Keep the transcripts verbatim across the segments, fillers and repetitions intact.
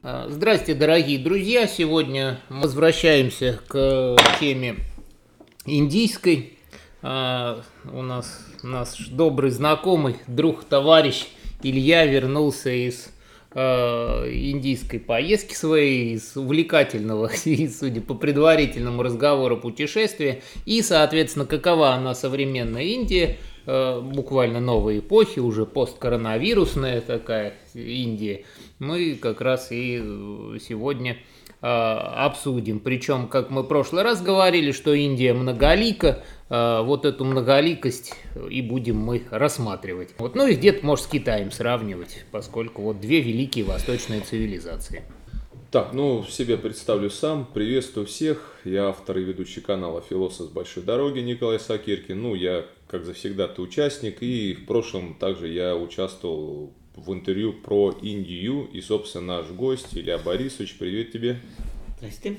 Здрасте, дорогие друзья! Сегодня мы возвращаемся к теме индийской. У нас наш добрый знакомый, друг, товарищ Илья вернулся из индийской поездки своей, из увлекательного и, судя по предварительному разговору, путешествия. И, соответственно, какова она современная Индия, буквально новой эпохи, уже посткоронавирусная такая Индия, мы как раз и сегодня э, обсудим. Причем, как мы в прошлый раз говорили, что Индия многолика, э, вот эту многоликость и будем мы рассматривать. Вот, ну и где-то, может, с Китаем сравнивать, поскольку вот две великие восточные цивилизации. Так, ну, себе представлю сам. Приветствую всех. Я автор и ведущий канала «Философ с большой дороги» Николай Сакиркин. Ну, я, как завсегда-то, участник. И в прошлом также я участвовал в интервью про Индию. И, собственно, наш гость Илья Борисович. Привет тебе. Здрасте.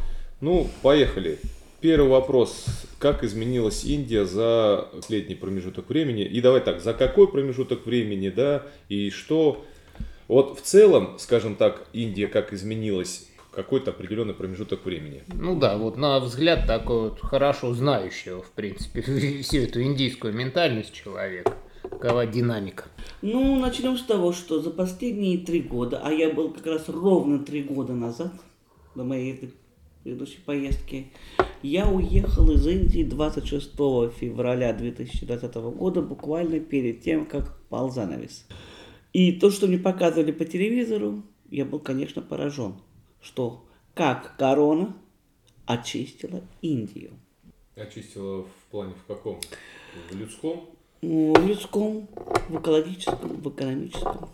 Ну, поехали. Первый вопрос. Как изменилась Индия за летний промежуток времени? И давай так, за какой промежуток времени, да? И что... Вот в целом, скажем так, Индия как изменилась в какой-то определенный промежуток времени? Ну да, вот на взгляд такой вот хорошо знающего, в принципе, всю эту индийскую ментальность человека. Какова динамика? Ну, начнем с того, что за последние три года, а я был как раз ровно три года назад, до моей этой предыдущей поездки, я уехал из Индии двадцать шестого февраля две тысячи двадцатого года, буквально перед тем, как пал занавес. И то, что мне показывали по телевизору, я был, конечно, поражен, что как корона очистила Индию. Очистила в плане в каком? В людском? В людском, в экологическом, в экономическом.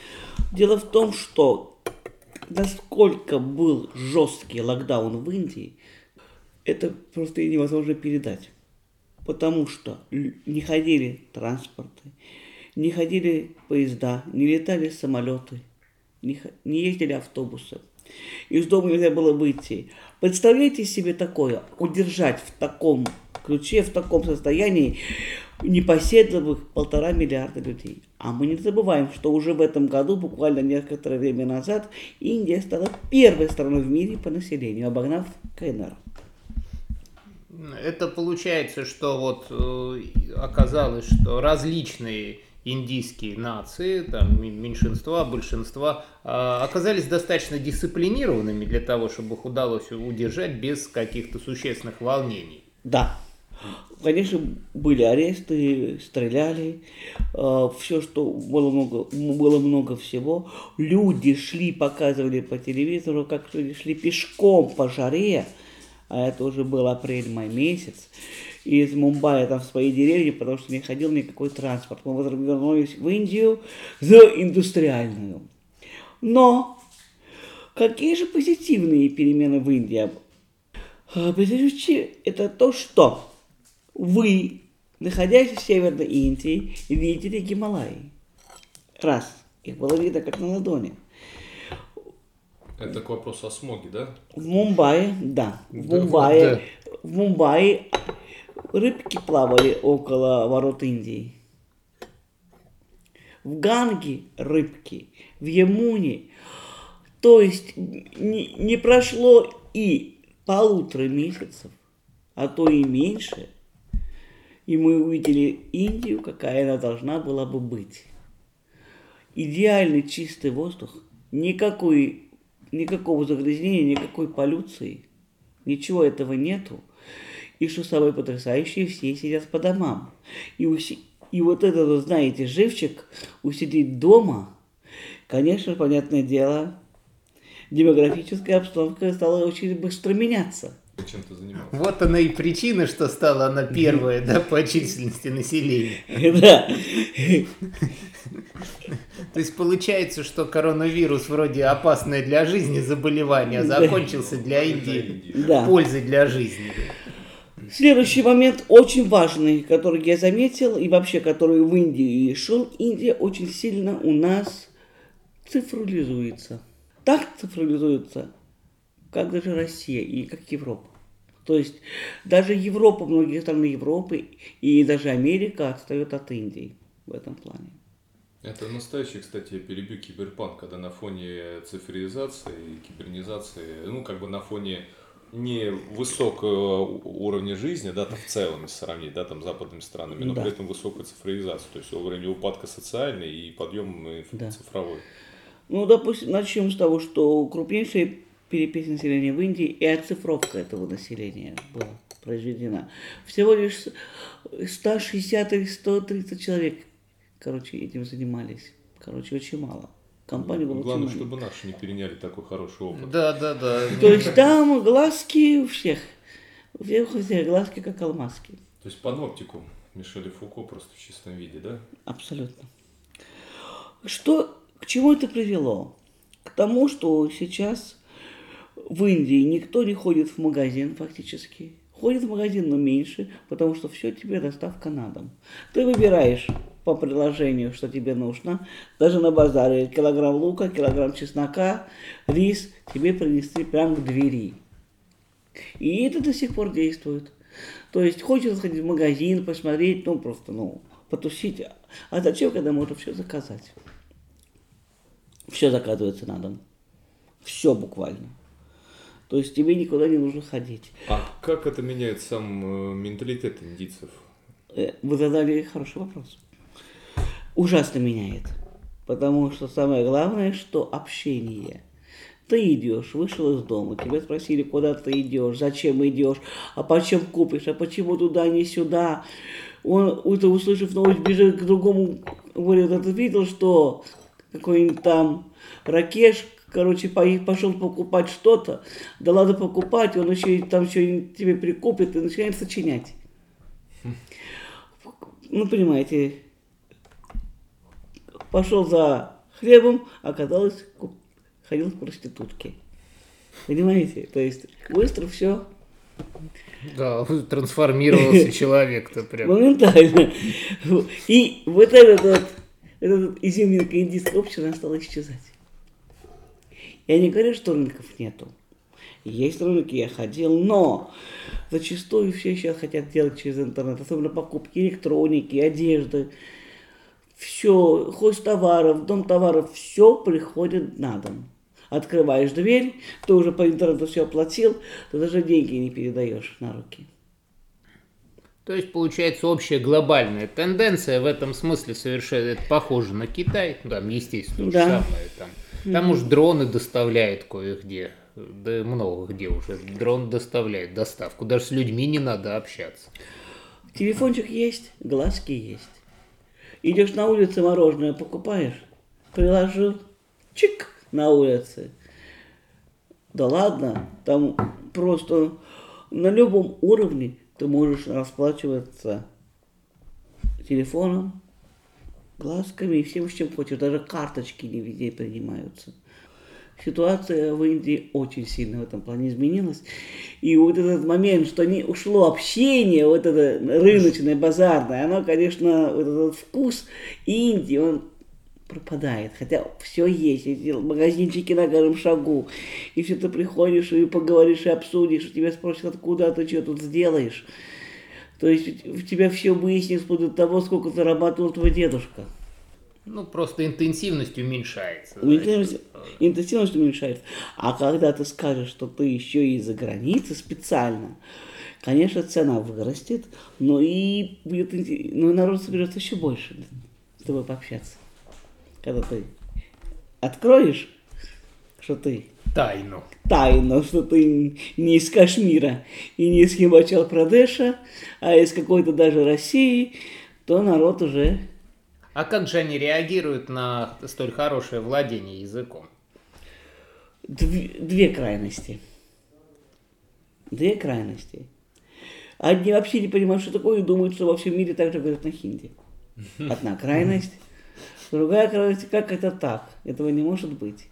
Дело в том, что насколько был жесткий локдаун в Индии, это просто невозможно передать. Потому что не ходили транспорты, не ходили поезда, не летали самолеты, не, не ездили автобусы. Из дома нельзя было выйти. Представляете себе такое, удержать в таком ключе, в таком состоянии непоседливых полтора миллиарда людей. А мы не забываем, что уже в этом году, буквально некоторое время назад, Индия стала первой страной в мире по населению, обогнав КНР. Это получается, что вот э, оказалось, что различные индийские нации, там меньшинства, большинства, э, оказались достаточно дисциплинированными для того, чтобы их удалось удержать без каких-то существенных волнений. Да. Конечно, были аресты, стреляли, э, все, что было много, было много всего. Люди шли, показывали по телевизору, как люди шли пешком по жаре, а это уже был апрель-май месяц, из Мумбаи там в своей деревне, потому что не ходил никакой транспорт. Мы вернулись в Индию за индустриальную. Но какие же позитивные перемены в Индии? Позитивные – это то, что вы, находясь в Северной Индии, видели Гималаи. Раз. Их было видно как на ладони. Это к вопросу о смоге, да? В Мумбаи, да. В Да, Мумбаи, да. в Мумбаи рыбки плавали около ворот Индии. В Ганге рыбки, в Ямуне. То есть не, не прошло и полутора месяцев, а то и меньше, и мы увидели Индию, какая она должна была бы быть. Идеальный чистый воздух, никакой, никакого загрязнения, никакой полюции, ничего этого нету. И что самое потрясающее, все сидят по домам. И, уси... и вот этот, знаете, живчик усидеть дома, конечно, понятное дело, демографическая обстановка стала очень быстро меняться. Чем ты занимался? Вот она и причина, что стала она первая, да, по численности населения. Да. То есть получается, что коронавирус вроде опасное для жизни заболевание, а закончился для Индии Да. пользой для жизни. Следующий момент очень важный, который я заметил, и вообще, который в Индии шел. Индия очень сильно у нас цифрализуется. Так цифрализуется, как даже Россия и как Европа. То есть даже Европа, многие страны Европы и даже Америка отстают от Индии в этом плане. Это настоящий, кстати, я перебью киберпанк, когда на фоне цифровизации и кибернизации, ну, как бы на фоне не высокого уровня жизни, да, там в целом, если сравнить, да, там с западными странами, но Да. при этом высокая цифровизация, то есть уровень упадка социальный и подъем Да. цифровой. Ну, допустим, начнем с того, что крупнейшая перепись населения в Индии и оцифровка этого населения была произведена. Всего лишь сто шестьдесят или сто тридцать человек, короче, этим занимались. Короче, очень мало. Компания была Главное, очень чтобы наши не переняли такой хороший опыт. Да, да, да. То есть там глазки у всех. У всех, у всех глазки как алмазки. То есть паноптику Мишеля Фуко просто в чистом виде, да? Абсолютно. Что, к чему это привело? К тому, что сейчас в Индии никто не ходит в магазин фактически. Ходит в магазин, но меньше, потому что все тебе доставка на дом. Ты выбираешь по приложению, что тебе нужно. Даже на базаре килограмм лука, килограмм чеснока, рис тебе принесли прямо к двери. И это до сих пор действует. То есть хочется сходить в магазин, посмотреть, ну просто, ну, потусить. А зачем, когда можно все заказать? Все заказывается на дом. Все буквально. То есть тебе никуда не нужно ходить. А как это меняет сам э, менталитет индийцев? Э, Вы задали хороший вопрос. Ужасно меняет. Потому что самое главное, что общение. Ты идешь, вышел из дома, тебя спросили, куда ты идешь, зачем идешь, а почем купишь, а почему туда, не сюда. Он, это услышав новость, бежит к другому, говорит, а ты видел, что какой-нибудь там Ракеш, короче, пошел покупать что-то, да ладно покупать, он еще и там что-нибудь тебе прикупит и начинает сочинять. Ну, понимаете, пошел за хлебом, оказалось, ходил к проститутке. Понимаете? То есть быстро все. Да, трансформировался человек-то прям. Моментально. И вот этот вот, этот изюминка индийского общества стала исчезать. Я не говорю, что рынков нету. Есть рынки, я ходил, но зачастую все сейчас хотят делать через интернет, особенно покупки электроники, одежды. Все, хоть товаров, дом товаров, все приходит на дом. Открываешь дверь, ты уже по интернету все оплатил, ты даже деньги не передаешь на руки. То есть, получается, общая глобальная тенденция в этом смысле совершенно похожа на Китай. Там, естественно, то Да. же самое. Там, там уж дроны доставляют кое-где. Да много где уже. Дрон доставляет доставку. Даже с людьми не надо общаться. Телефончик есть, глазки есть. Идешь на улице, мороженое покупаешь, приложил, чик, на улице. Да ладно, там просто на любом уровне ты можешь расплачиваться телефоном, глазками и всем, чем хочешь. Даже карточки не везде принимаются. Ситуация в Индии очень сильно в этом плане изменилась. И вот этот момент, что не ушло общение, вот это рыночное, базарное, оно, конечно, вот этот вкус Индии, он пропадает. Хотя все есть, эти магазинчики на каждом шагу. И все ты приходишь и поговоришь, и обсудишь, и тебя спросят, откуда ты что тут сделаешь. То есть у тебя все выяснится вплоть до того, сколько зарабатывал твой дедушка. Ну, просто интенсивность уменьшается. Интенсивность, интенсивность уменьшается. А когда ты скажешь, что ты еще и за границей специально, конечно, цена вырастет, но и будет, но народ соберется еще больше с тобой пообщаться. Когда ты откроешь, что ты Тайну. тайну, что ты не из Кашмира и не из Химачал-Прадеша, а из какой-то даже России, то народ уже... А как же они реагируют на столь хорошее владение языком? Две, две крайности. Две крайности. Одни вообще не понимают, что такое, и думают, что во всем мире так же говорят на хинди. Одна крайность. Другая крайность, как это так? Этого не может быть.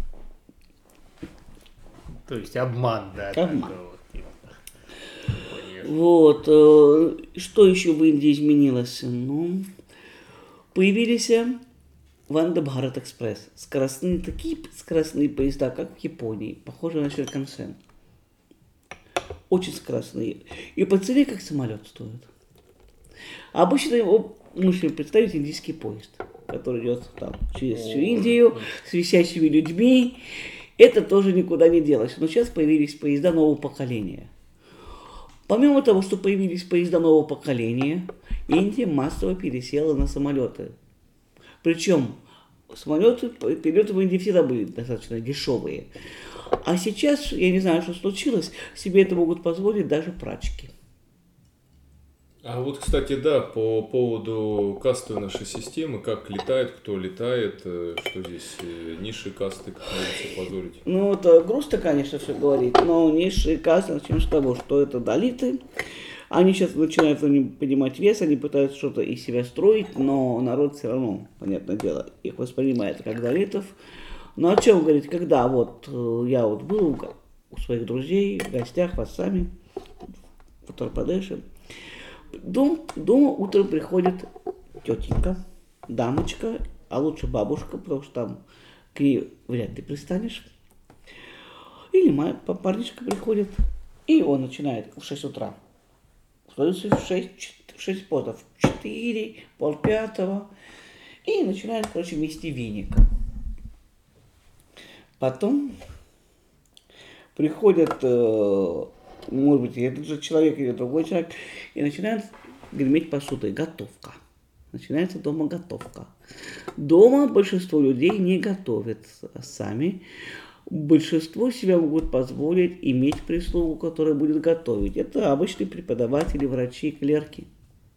То есть обман, да? Обман. такой вот, типа. Вот. э, Что еще в Индии изменилось? Ну, появились Ванда Бхарат Экспресс. Скоростные, такие скоростные поезда, как в Японии. Похожие на Шинкансен. Очень скоростные. И по цене как самолет стоит. Обычно его можете представить индийский поезд. который идет там через всю Индию, с висящими людьми. Это тоже никуда не делось. Но сейчас появились поезда нового поколения. Помимо того, что появились поезда нового поколения, Индия массово пересела на самолеты. Причем самолеты, перелеты в Индии всегда были достаточно дешевые. А сейчас, я не знаю, что случилось, себе это могут позволить даже прачки. А вот, кстати, да, по поводу кастовой нашей системы, как летает, кто летает, что здесь низшие касты, как могут себе позволить? Ну, это грустно, конечно, все говорить, но низшие касты, начнем с того, что это далиты. Они сейчас начинают поднимать вес, они пытаются что-то из себя строить, но народ все равно, понятное дело, их воспринимает как далитов. Но о чем говорить, когда вот я вот был у своих друзей в гостях в Ассаме, в Утар-Прадеше, Дом, дома утром приходит тетенька, дамочка, а лучше бабушка, потому что там к ней вряд ли пристанешь. Или моя парнишка приходит, и он начинает в шесть утра. Встается в шесть, в шесть потов, в четыре, полпятого, и начинает, короче, мести веник. Потом приходят... Может быть, этот же человек или другой человек, и начинает греметь посудой. Готовка. Начинается дома готовка. Дома большинство людей не готовят сами. Большинство себя могут позволить иметь прислугу, которая будет готовить. Это обычные преподаватели, врачи, клерки.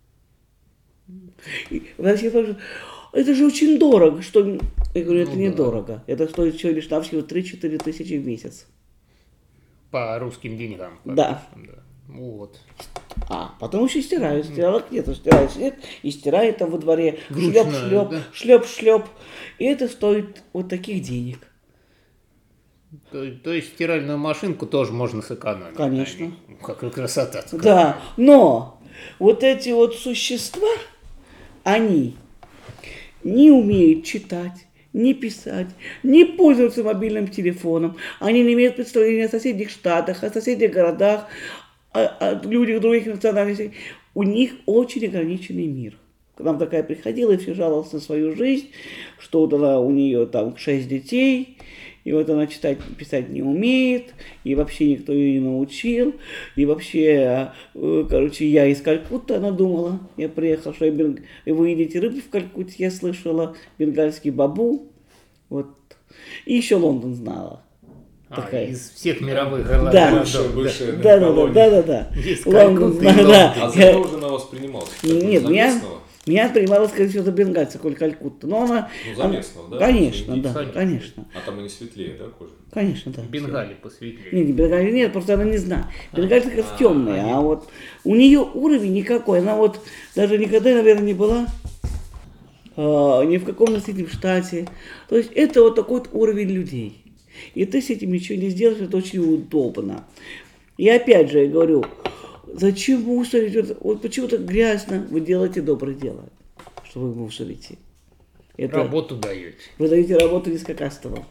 И в России тоже, это же очень дорого. Что... Я говорю, это ну, недорого. Да. Это стоит всего лишь навсего три-четыре тысячи в месяц. По русским деньгам. По да. Русским, да. Вот. А, потом еще стирают. Стиралок нет, стирает снег и стирает там во дворе. Шлеп-шлеп, да? шлеп-шлеп. И это стоит вот таких денег. То, то есть стиральную машинку тоже можно сэкономить. Конечно. Какая красота. Да, но вот эти вот существа, они не умеют читать, не писать, не пользоваться мобильным телефоном. Они не имеют представления о соседних штатах, о соседних городах, о, о людях других национальностей. У них очень ограниченный мир. К нам такая приходила и все жаловалась на свою жизнь, что вот она, у нее там шесть детей, и вот она читать, писать не умеет, и вообще никто ее не научил, и вообще, короче, я из Калькутты, она думала, я приехала, что я бенг... вы едите рыбу в Калькутте, я слышала, бенгальский бабу, вот, и еще Лондон знала. А, такая. Из всех мировых городов. Да, бывшая, да, да, да, да, да, да. Лондон знала, да. А за кого же она воспринималась? Нет, меня... Меня принимала, скорее всего, за бенгальца, коль Калькутта. Но она... Ну, за местного, да? Конечно, да, конечно. конечно. А там они светлее, да, кожа? Конечно, да. В Бенгалии посветлее. Нет, не Бенгалии нет, просто она не знает. Бенгальцы как раз темные, а вот у нее уровень никакой. Она вот даже никогда, наверное, не была э, ни в каком наследном штате. То есть это вот такой вот уровень людей. И ты с этим ничего не сделаешь, это очень удобно. И опять же, я говорю... Зачем мусорить? Вот почему-то грязно. Вы делаете доброе дело, что вы мусорите. Это... Работу даете. Вы даете работу низкокастовым.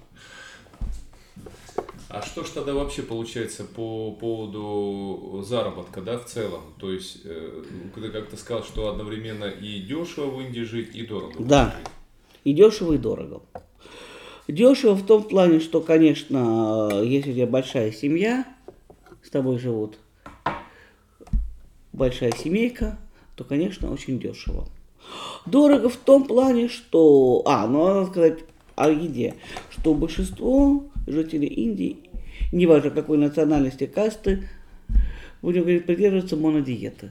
А что ж тогда вообще получается по поводу заработка, да, в целом? То есть, э, ты как-то сказал, что одновременно и дешево в Индии жить, и дорого. Да, жить. И дешево, и дорого. Дешево в том плане, что, конечно, если у тебя большая семья, с тобой живут, большая семейка, то, конечно, очень дешево. Дорого в том плане, что... А, ну, надо сказать о еде. Что большинство жителей Индии, неважно какой национальности, касты, будем говорить, придерживаются монодиеты.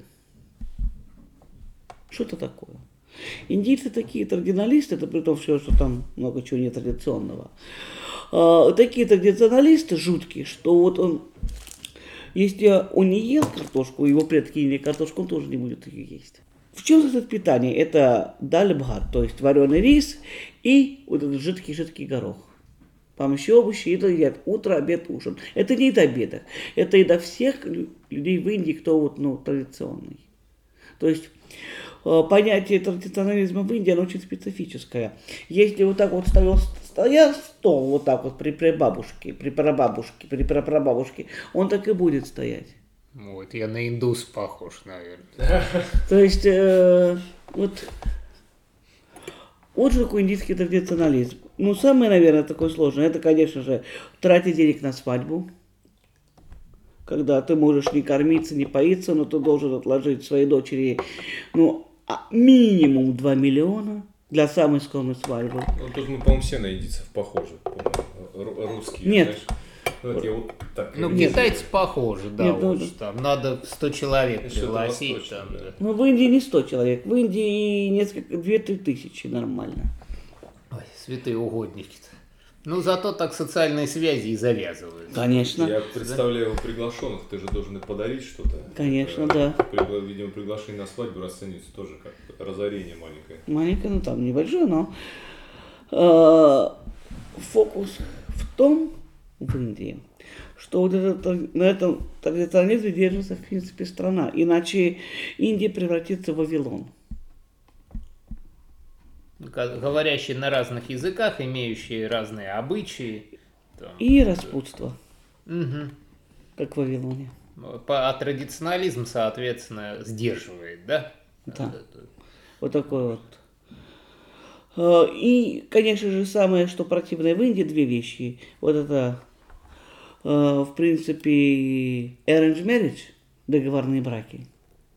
Что это такое? Индийцы такие традиционалисты, это при том, что там много чего нетрадиционного. А, такие традиционалисты жуткие, что вот он... Если он не ел картошку, его предки ели картошку, он тоже не будет ее есть. В чем состоит питание? Это даль-бхат, то есть вареный рис и вот этот жидкий-жидкий горох. Помощи овощи, еду едят утро, обед, ужин. Это не еда обеда, это еда всех людей в Индии, кто вот, ну, традиционный. То есть понятие традиционализма в Индии, оно очень специфическое. Если вот так вот стоял, стоял стол вот так вот при прабабушке, при прабабушке, при прапрабабушке, он так и будет стоять. Вот, я на индус похож, наверное. То есть, э, вот, Вот же такой индийский традиционализм. Ну, самое, наверное, такое сложное, это, конечно же, тратить денег на свадьбу. Когда ты можешь не кормиться, не поиться, но ты должен отложить своей дочери, ну, минимум два миллиона для самой скромной свадьбы. Ну, тут мы, по-моему, все на индийцев похожи, по-моему, русские. Нет. Знаешь? Вот я вот так Ну, видел. китайцы похожи, да, Нет, ну, вот, да. там надо сто человек Что-то пригласить. восточное, Там, да. да. Ну, в Индии не сто человек, в Индии несколько, две-три тысячи нормально. Ой, святые угодники-то. Ну, зато так социальные связи и завязывают. Конечно, Я представляю приглашенных, ты же должен и подарить что-то. Конечно, Это, да. пригла- Видимо, приглашение на свадьбу расценивается тоже как разорение маленькое. маленькая, ну там небольшое, но э, фокус в том, в Индии, что вот это, на этом традиционализме держится, в принципе, страна. Иначе Индия превратится в Вавилон. Г- Говорящие на разных языках, имеющие разные обычаи. там. И распутство, Мгм. как в Вавилоне. По- А традиционализм, соответственно, сдерживает, да? Да. Это- Вот такой вот. Э, И, конечно же, самое, что противное в Индии, две вещи. Вот это, э, в принципе, arranged marriage, договорные браки,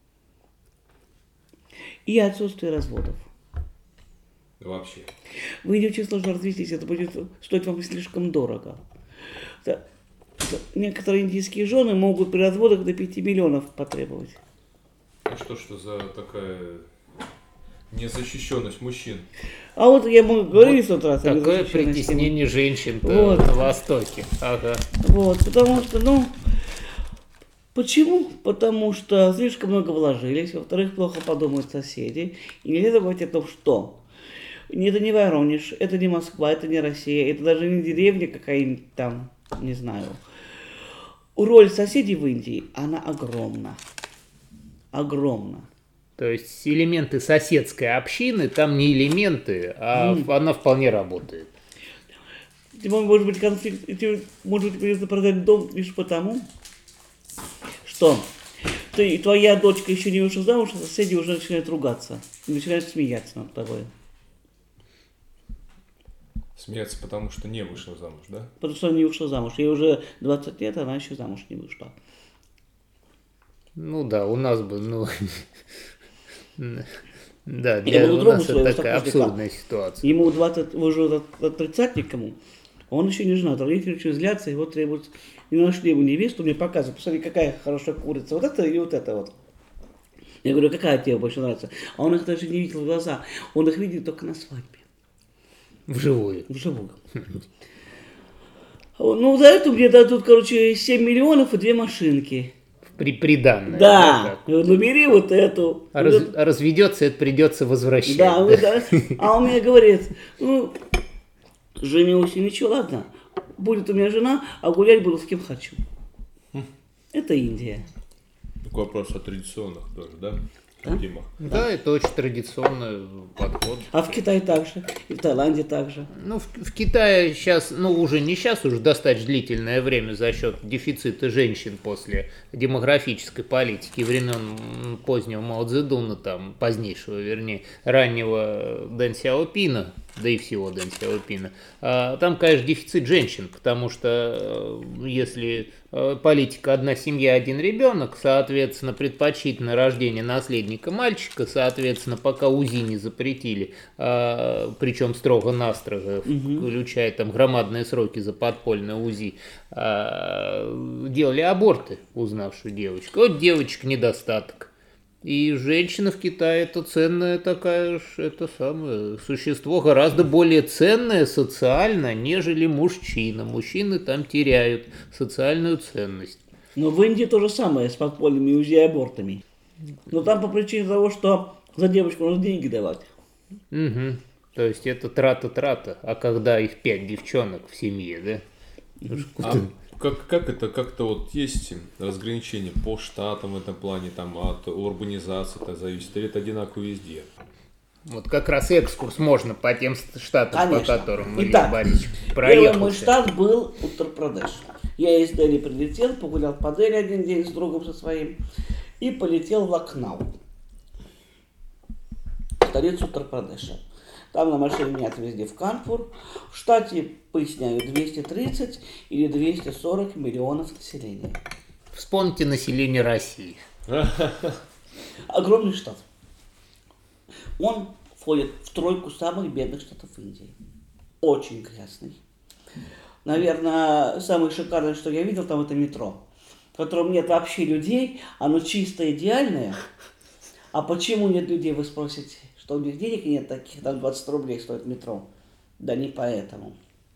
и отсутствие разводов. Вообще. В Индии очень сложно развестись, это будет стоить вам слишком дорого. Да. Некоторые индийские жены могут при разводах до пяти миллионов потребовать. А что что за такая незащищенность мужчин? А вот я мы говорили Вот в тот раз о Такое незащищенности. притеснение женщин Вот. на Востоке. Ага. Вот, потому что, ну, почему? Потому что слишком много вложились, во-вторых, плохо подумают соседи. И нельзя забывать о том, что это не Воронеж, это не Москва, это не Россия, это даже не деревня какая-нибудь там, не знаю. Роль соседей в Индии, она огромна. Огромна. То есть элементы соседской общины там не элементы, а она вполне работает. Тебе может быть конфликт, и тебе может быть придется продать дом лишь потому, что ты, твоя дочка еще не вышла замуж, а соседи уже начинают ругаться, начинают смеяться над тобой. Смеяться, потому что не вышел замуж, да? Потому что она не вышла замуж. Ей уже двадцать лет, она еще замуж не вышла. Ну да, у нас бы, ну... Да, Я для, буду у другу нас своего это такая сокурсника. абсурдная ситуация. Ему двадцать, уже тридцатникому, он еще не женат. Родители очень злятся, его требуют. Не нашли ему невесту, мне показывают, посмотри, какая хорошая курица. Вот это и вот это вот. Я говорю, какая тебе больше нравится? А он их даже не видел в глаза. Он их видит только на свадьбе. Вживую. Вживую. Ну, за это мне дадут, короче, семь миллионов и две машинки. При, приданное. Да, так. ну бери вот эту. А раз- а разведется, это придется возвращать. Да, да. вы, да. А он мне говорит, ну, женюсь и ничего, ладно. Будет у меня жена, а гулять буду с кем хочу. Это Индия. Такой вопрос о традиционных тоже, да? Да? Темах. Да, это очень традиционный подход. А в Китае также, и в Таиланде также. Ну, в, в Китае сейчас, ну, уже не сейчас, уже достаточно длительное время за счет дефицита женщин после демографической политики времен м, позднего Мао Цзэдуна, там, позднейшего, вернее, раннего Дэн Сяопина, да и всего Дэн Сяопина. А, там, конечно, дефицит женщин, потому что э, если э, политика одна семья, один ребенок, соответственно, предпочтительно рождение наследника мальчика, соответственно, пока УЗИ не запретили, а, причем строго-настрого, включая там громадные сроки за подпольное УЗИ, а, делали аборты, узнавшую девочку. Вот девочек недостаток. И женщина в Китае это ценное такая ж, это самое существо, гораздо более ценное социально, нежели мужчина. Мужчины там теряют социальную ценность. Но в Индии то же самое с подпольными УЗИ и абортами. Но там по причине того, что за девочку нужно деньги давать. Угу. То есть это трата-трата, а когда их пять девчонок в семье, да? А как, как это, как-то вот есть разграничение по штатам в этом плане, там от урбанизации это зависит, или это одинаково везде? Вот как раз экскурс можно по тем штатам, Конечно. по которым Илья Итак, Борисович первый мой проехался. штат был Уттар-Прадеш. Я из Дели прилетел, погулял по Дели один день с другом со своим и полетел в Лакнау, столицу Уттар-Прадеша. Там на машине меня отвезли в Канпур. В штате, поясняю, двести тридцать или двести сорок миллионов населения. Вспомните население России. Огромный штат. Он входит в тройку самых бедных штатов Индии. Очень грязный. Наверное, самое шикарное, что я видел, там это метро, в котором нет вообще людей, оно чисто идеальное. А почему нет людей, вы спросите? Что у них денег нет таких, там двадцать рублей стоит метро. Да не поэтому.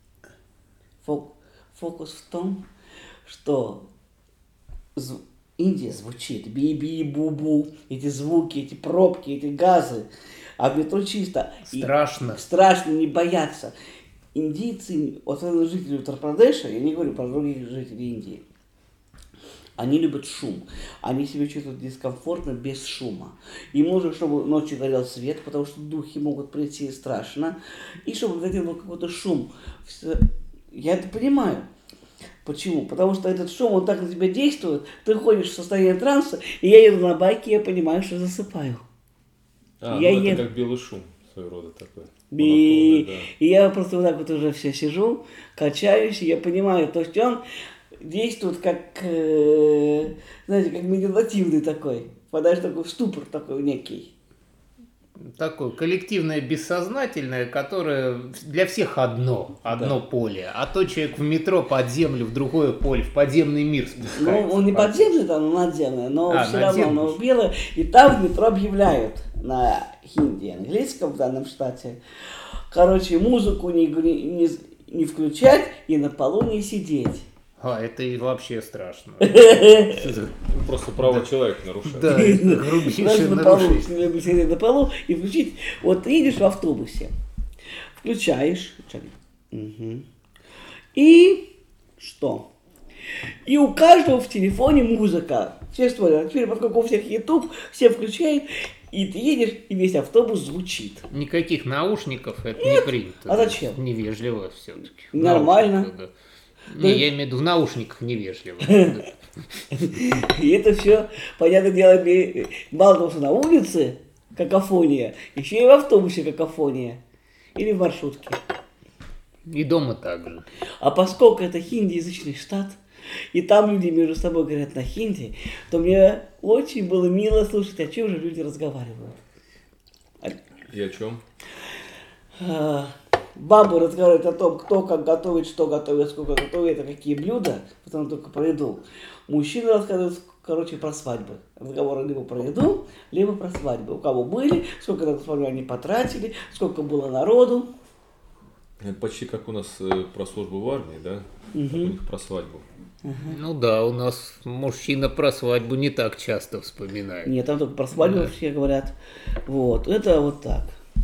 Фокус в том, что зв... Индия звучит би-би-бу-бу, эти звуки, эти пробки, эти газы, а в метро чисто. Страшно. И страшно, не бояться. Индийцы, особенно жители Уттар-Прадеша, я не говорю про других жителей Индии, они любят шум. Они себя чувствуют дискомфортно без шума. Им нужно, чтобы ночью горел свет, потому что духи могут прийти страшно. И чтобы где-то был какой-то шум. Я это понимаю. Почему? Потому что этот шум, он так на тебя действует. Ты ходишь в состояние транса, и я еду на байке, я понимаю, что засыпаю. А, я ну это еду... как белый шум своего рода такой. И... Да. и я просто вот так вот уже все сижу, качаюсь, и я понимаю, то есть он действует как, э, знаете, как медитативный такой, впадаешь такой в ступор такой некий. Такое коллективное бессознательное, которое для всех одно, одно да. поле. А то человек в метро под землю, в другое поле, в подземный мир спускается. Ну, он не подземный, там, он надземный, но а, все равно оно белое. И там в метро объявляют на хинди, английском в данном штате. Короче, музыку не, не, не включать и на полу не сидеть. А, это и вообще страшно. Просто право человека нарушает. Да, грубейшее нарушение. Сидеть на полу и включить. Вот ты едешь в автобусе, включаешь. И что? И у каждого в телефоне музыка. Все створят. Теперь, поскольку у всех YouTube, все включают. И ты едешь, и весь автобус звучит. Никаких наушников, это Нет. не принято. А зачем? Невежливо все-таки. Нормально. Да. Не, я имею в виду в наушниках невежливо. И это все, понятное дело, мало того, что на улице какофония, еще и в автобусе какофония. Или в маршрутке. И дома также. А поскольку это хиндиязычный штат, и там люди между собой говорят на хинди, то мне очень было мило слушать, о чем же люди разговаривают. И о чем? Бабы разговаривают о том, кто как готовит, что готовит, сколько готовит, а какие блюда, потом только про еду. Мужчины рассказывают, короче, про свадьбы. Разговоры либо про еду, либо про свадьбы. У кого были, сколько на свадьбу они потратили, сколько было народу. Это почти как у нас э, про службу в армии, да? Угу. Как у них про свадьбу. Угу. Ну да, у нас мужчина про свадьбу не так часто вспоминает. Нет, там только про свадьбу да. все говорят. Вот, это вот так.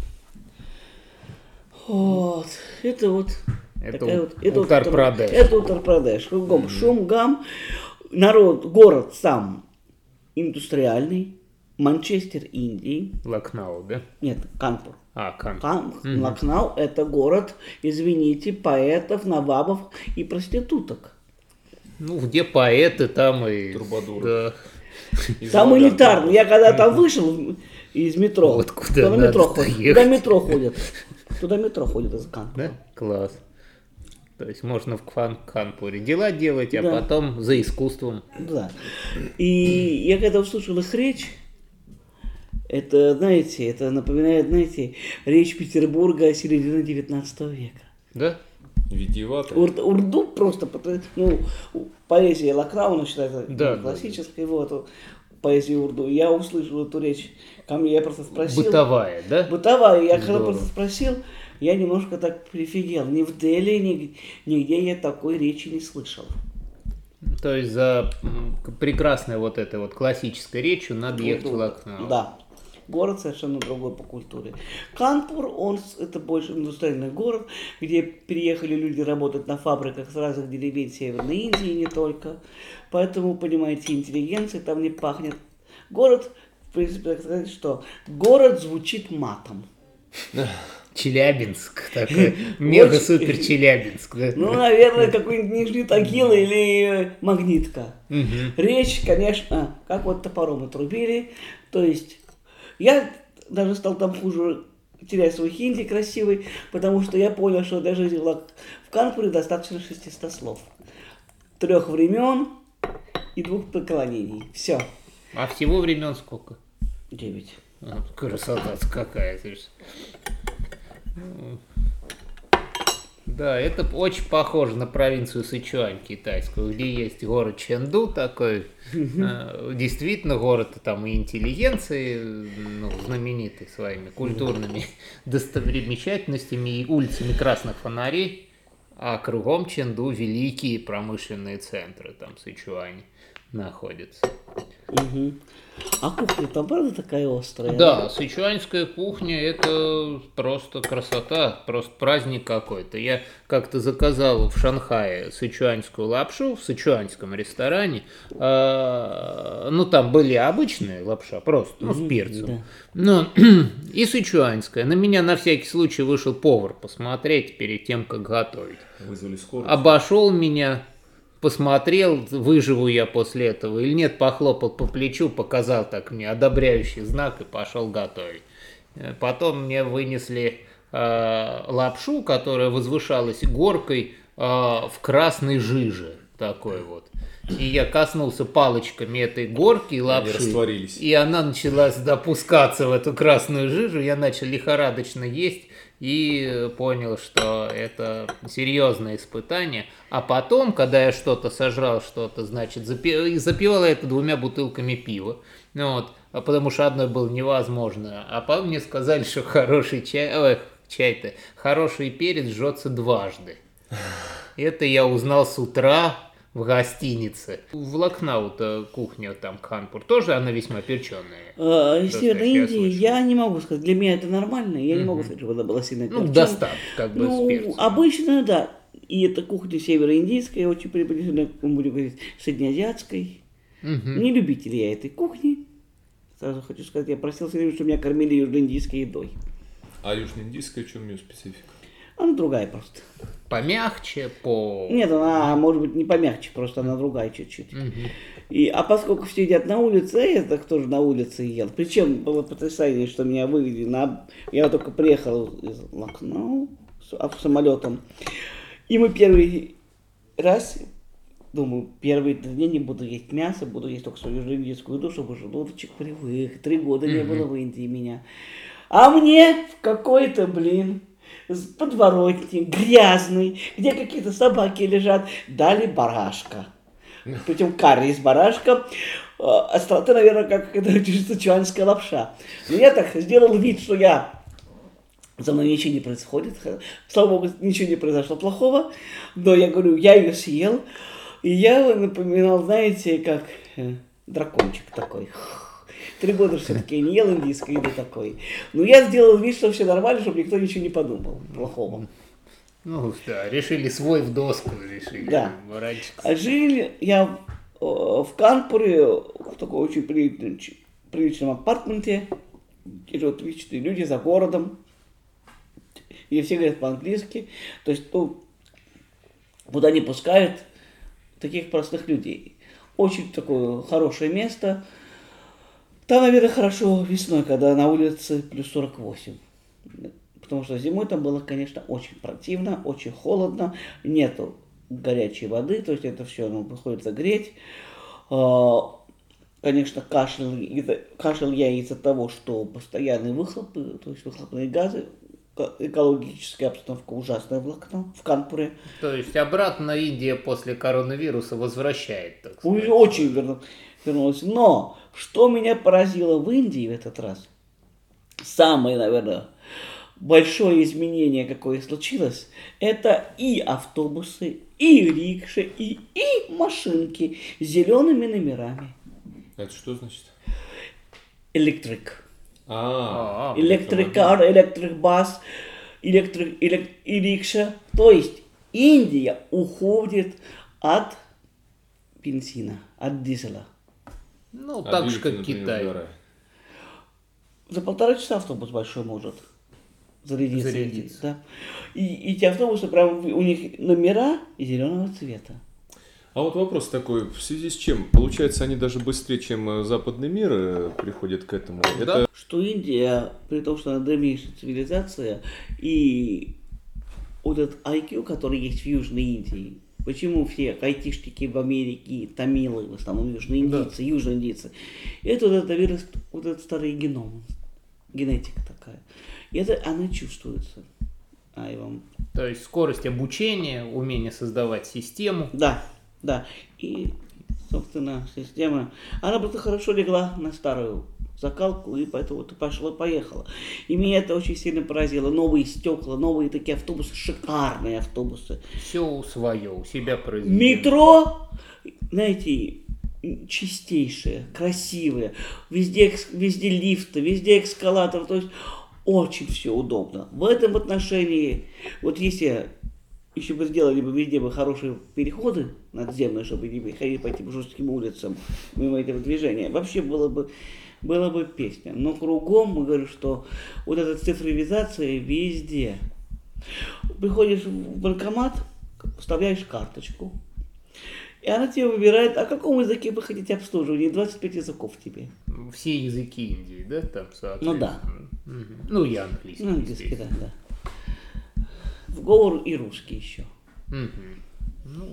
Вот, это вот... Это вот, Уттар-Прадеш. Это Уттар-Прадеш. Кругом mm-hmm. шум, гам. Народ, город сам индустриальный. Манчестер, Индии. Лакнау, да? Нет, Канпур. А, Канпур. Кан... Mm-hmm. Лакнау это город, извините, поэтов, навабов и проституток. Ну, где поэты, там и... Трубадуры. Да. Там элитарно. Я когда там вышел из метро, вот куда туда метро ходят. Туда метро ходят. Туда метро ходит из Канпура. Да? Класс. То есть можно в Кан- Канпуре дела делать, а да. потом за искусством. Да. И я когда услышал их речь, это, знаете, это напоминает, знаете, речь Петербурга середины девятнадцатого века. Да? Витиевато. Ур- урду просто, ну, поэзия Лакнауна считается да, классической, да, да. Вот, поэзия урду. Я услышал эту речь, ко мне я просто спросил. Бытовая, да? Бытовая. Я когда просто спросил, я немножко так прифигел. Ни в Дели, ни, нигде я такой речи не слышал. То есть за прекрасной вот этой вот классической речью надо ехать в Лакнау. Да. Город совершенно другой по культуре. Канпур, он это больше индустриальный город, где переехали люди работать на фабриках с разных деревень Северной Индии, не только. Поэтому, понимаете, интеллигенция там не пахнет. Город, в принципе, так сказать, что город звучит матом. Челябинск, такой мега-супер Челябинск. Да? Ну, наверное, какой-нибудь Нижний Тагил или Магнитка. Угу. Речь, конечно, как вот топором отрубили. То есть, я даже стал там хуже терять свой хинди красивый, потому что я понял, что для жизни в, Лак... в Канпуре достаточно шестисот слов. Трех времен и двух поклонений. Все. А всего времен сколько? Девять. А, красота какая. Ты ж. Да, это очень похоже на провинцию Сычуань китайскую, где есть город Чэнду такой, э, действительно город там и интеллигенции, ну, знаменитый своими культурными достопримечательностями и улицами красных фонарей, а кругом Чэнду великие промышленные центры, там Сычуань находится. Угу. А кухня там правда такая острая? Да, сычуанская кухня это просто красота, просто праздник какой-то. Я как-то заказал в Шанхае сычуанскую лапшу в сычуанском ресторане. А, ну там были обычные лапша, просто, ну, с перцем. Да. Ну, и сычуанская. На меня на всякий случай вышел повар посмотреть перед тем, как готовить. Вызвали скорую. Обошел меня. Посмотрел, выживу я после этого или нет, похлопал по плечу, показал так мне одобряющий знак и пошел готовить. Потом мне вынесли э, лапшу, которая возвышалась горкой э, в красной жиже, такой вот. И я коснулся палочками этой горки и лапши, они растворились. И она начала допускаться в эту красную жижу, я начал лихорадочно есть. И понял, что это серьезное испытание. А потом, когда я что-то сожрал, что-то, значит, запи... запивал это двумя бутылками пива. Ну, вот, потому что одной было невозможно. А потом мне сказали, что хороший чай, ой, чай-то, хороший перец жжется дважды. Это я узнал с утра в гостинице. В Лакнау-то кухня там Канпур тоже она весьма перченая. А, из Северной Индии я не могу сказать. Для меня это нормально. Я mm-hmm. не могу сказать, что она была сильно перченая. Ну, достаток, как бы, ну, с перцем. Обычно, да. И это кухня североиндийская, очень приближена, будем говорить, среднеазиатской. Mm-hmm. Не любитель я этой кухни. Сразу хочу сказать, я просил все время, чтобы меня кормили южноиндийской едой. А южноиндийская, в чем ее специфика? Она другая просто. Помягче, по... Нет, она может быть не помягче, просто она другая чуть-чуть. Угу. И, а поскольку все едят на улице, я так тоже на улице ел. Причем было потрясающе, что меня вывели на... Я только приехал из Лакнау самолетом. И мы первый раз, думаю, первые дни не буду есть мясо, буду есть только свою южноиндийскую еду, чтобы желудочек привык. Три года не было в Индии меня. А мне в какой-то, блин... подворотни, грязный, где какие-то собаки лежат, дали барашка. Причем карри из барашка. Осталось, наверное, как это сычуанская лапша. Но я так сделал вид, что я... За мной ничего не происходит. Слава богу, ничего не произошло плохого. Но я говорю, я ее съел. И я напоминал, знаете, как дракончик такой. Три года все-таки я не ел индийской еды такой. Но я сделал вид, что все нормально, чтобы никто ничего не подумал плохого. Ну да, решили свой в доску, решили. Да. Баранчик. А жили я в Канпуре, в такой очень приличном, приличном апартменте. И живут три-четыре люди за городом. И все говорят по-английски. То есть, ну, куда не пускают таких простых людей. Очень такое хорошее место. Там, наверное, хорошо весной, когда на улице плюс сорок восемь. Потому что зимой там было, конечно, очень противно, очень холодно. Нету горячей воды, то есть это все ну, приходится греть. Конечно, кашлял, кашлял я из-за того, что постоянные выхлопы, то есть выхлопные газы, экологическая обстановка ужасная в Лакнау, в Канпуре. То есть обратно Индия после коронавируса возвращает, так сказать. Очень верно. Вернулась. Но что меня поразило в Индии в этот раз, самое, наверное, большое изменение, какое случилось, это и автобусы, и рикши, и, и машинки с зелеными номерами. Это что значит? Электрик. А, Электрикар, электрик-бас, электрик, элек, и рикша. То есть Индия уходит от бензина, от дизеля. Ну, а так же, как например, Китай. сгорает. За полтора часа автобус большой может зарядиться. Зарядиться. Да. И, и эти автобусы, прям у них номера зеленого цвета. А вот вопрос такой, в связи с чем? Получается, они даже быстрее, чем западный мир, э, приходят к этому? Да. Это Что Индия, при том, что она древнейшая цивилизация, и вот этот ай кью, который есть в Южной Индии, почему все айтишники в Америке, тамилы, в основном южноиндийцы, Да. южноиндийцы, это вот это вирус, вот этот старый геном, генетика такая. И это она чувствуется. Ай вам. То есть скорость обучения, умение создавать систему. Да, да. И, собственно, система, она просто хорошо легла на старую закалку, и поэтому вот пошло-поехало. И меня это очень сильно поразило. Новые стекла, новые такие автобусы, шикарные автобусы. Все свое, у себя произведено. Метро, знаете, чистейшее, красивое. Везде, везде лифты, везде эскалатор. То есть очень все удобно. В этом отношении, вот если еще бы сделали бы везде бы хорошие переходы надземные, чтобы не ходить по этим жестким улицам мимо этого движения, вообще было бы, было бы песня. Но кругом, мы говорим, что вот эта цифровизация везде. Приходишь в банкомат, вставляешь карточку, и она тебе выбирает, о каком языке вы хотите обслуживание, двадцать пять языков тебе. Все языки Индии, да, там, соответственно? Ну да. Мгм. Ну и английский. Ну, английский, да, естественно. да. В говор и русский еще. Мгм. Ну,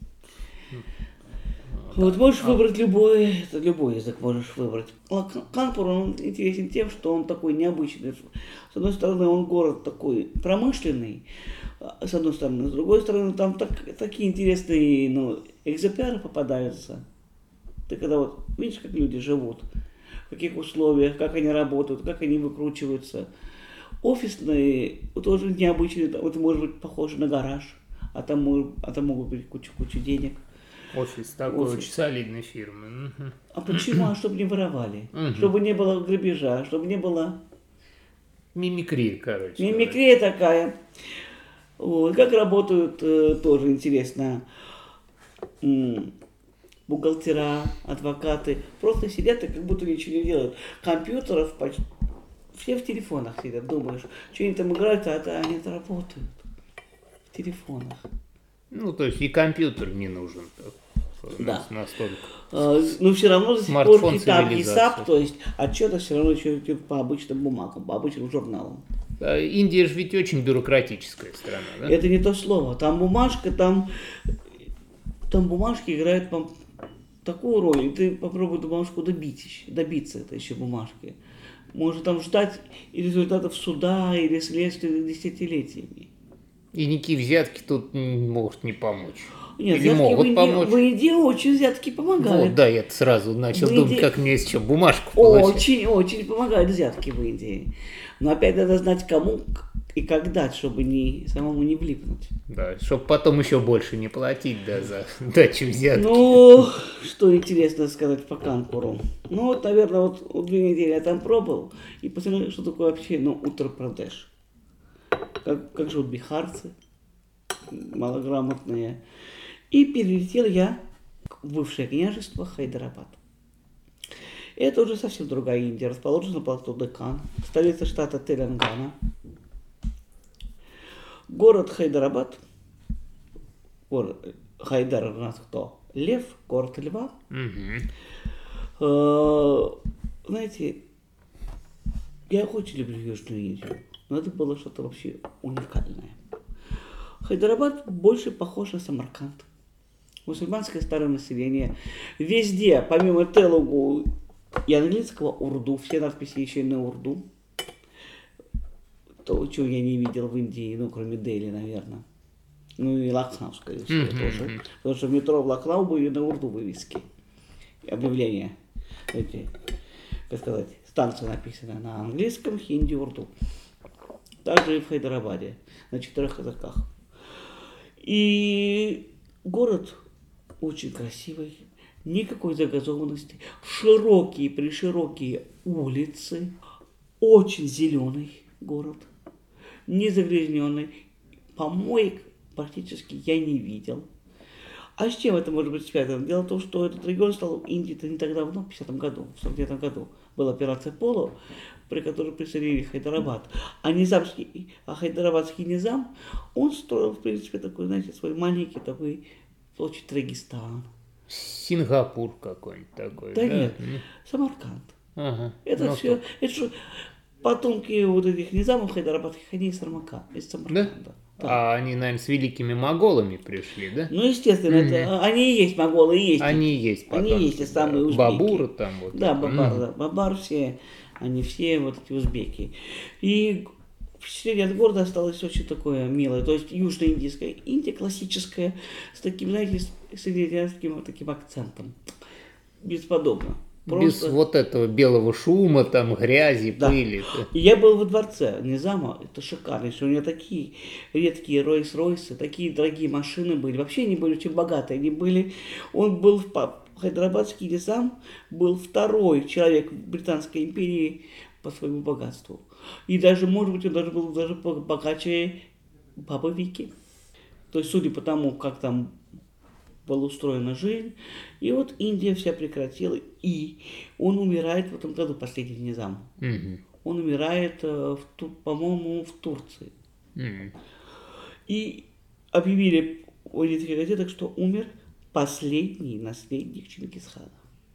Вот можешь выбрать любой, это любой язык можешь выбрать. А Канпур, он интересен тем, что он такой необычный. С одной стороны, он город такой промышленный, с одной стороны. С другой стороны, там так, такие интересные ну, экземпляры попадаются. Ты когда вот видишь, как люди живут, в каких условиях, как они работают, как они выкручиваются. Офисные тоже необычные, вот может быть похоже на гараж, а там, мог- а там могут быть куча-куча денег. офис такой Офис. очень солидной фирмы. Мгм. А почему? А чтобы не воровали, Мгм. чтобы не было грабежа, чтобы не было Мимикрия, короче. говоря. мимикрия такая. Вот. Как работают, э, тоже интересно, м, бухгалтера, адвокаты. Просто сидят и как будто ничего не делают. Компьютеров почти все в телефонах сидят, думаешь, что они там играют, а это они это работают в телефонах. Ну, то есть и компьютер не нужен. так, Да. Настолько. Э, Но все равно до сих пор Смартфон хитап, цивилизации. ЕСАП, то есть отчеты все равно еще идут по обычным бумагам, по обычным журналам. А Индия же ведь очень бюрократическая страна, да? Это не то слово. Там бумажка, там, там бумажки играют вам такую роль, и ты попробуй эту бумажку добить, еще- добиться этой еще бумажки. Может там ждать и результатов суда или следствия десятилетиями. И никакие взятки тут м, могут не помочь. Нет, Или взятки в могут Индии, помочь. в Индии очень взятки помогают. Вот, да, я сразу начал В думать, Индии- как мне еще бумажку получить. Очень, очень помогают взятки в Индии. Но опять надо знать, кому и как дать, чтобы не, самому не влипнуть. Да, чтобы потом еще больше не платить, да, за дачу взятки. Ну, что интересно сказать по Канпуру. Ну, вот, наверное, вот, вот две недели я там пробовал и посмотрел, что такое вообще, ну, Уттар-Прадеш. Как, как живут бихарцы, малограмотные. И перелетел я в бывшее княжество Хайдарабад. Это уже совсем другая Индия, расположена на плато Декан, столица штата Телянгана. Город Хайдарабад, город Хайдар у нас кто? Лев, город льва. Мгм. Э, Знаете, я очень люблю Южную Индию, но это было что-то вообще уникальное. Хайдарабад больше похож на Самарканд. Мусульманское старое население. Везде, помимо телугу и английского, урду. Все надписи еще и на урду. То, чего я не видел в Индии, ну, кроме Дели, наверное. Ну, и Лахнауская история Мгм, тоже. мгм. Потому что в метро в Лахнау были на урду вывески. Объявления. Эти, как сказать, станция написана на английском, хинди, урду. Также и в Хайдарабаде. На четырех языках. И город очень красивый, никакой загазованности, широкие, приширокие улицы, очень зеленый город, не загрязненный, помоек практически я не видел. А с чем это может быть связано? Дело в том, что этот регион стал Индией не так давно, в пятидесятом году, в сорок девятом году была операция Поло, при которой присоединили Хайдарабад. А низамский, а хайдарабадский низам, он строил, в принципе, такой, знаете, свой маленький такой площадь Регистан. Сингапур какой-нибудь такой. Да, Да, нет, М. Самарканд. Ага. Это Ну, все, это же потомки вот этих низамов хайдарабадских, они из Самарканда, из Да? Самарканда. Да. А они, наверное, с великими моголами пришли, да? Ну, естественно, это, они и есть моголы, и есть. Они и есть Они потомки, есть те да. самые узбеки. Бабуры там вот. Да, это. Бабар, Мгм. да, Бабар все, они все вот эти узбеки. И впечатление от города осталось очень такое милое. То есть южноиндийская Индия классическая, с таким, знаете, с среднеазиатским вот таким акцентом. Бесподобно. Без Просто... вот этого белого шума, там, грязи, Да. пыли. И я был во дворце Низама, это шикарно, что у него такие редкие Ройс-Ройсы, такие дорогие машины были, вообще они были очень богатые, они были, он был, в па- хайдарабадский Низам был второй человек в Британской империи по своему богатству. И даже, может быть, он даже был даже богаче Бабы Вики. То есть, судя по тому, как там была устроена жизнь. И вот Индия вся прекратила, и он умирает в этом году, последний Низам. Мгм. Он умирает, э, в Ту- по-моему, в Турции. Мгм. И объявили в этих газетах, что умер последний наследник Чингисхана.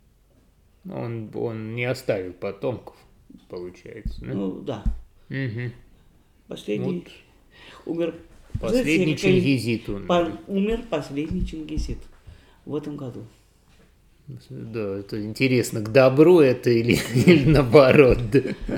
Он, он не оставил потомков, получается. Да? Ну да, Мгм. последний Вот умер. последний Знаете, какая- чингизит он. по- умер последний Чингизид в этом году. Да, это интересно, к добру это или, или наоборот. Да.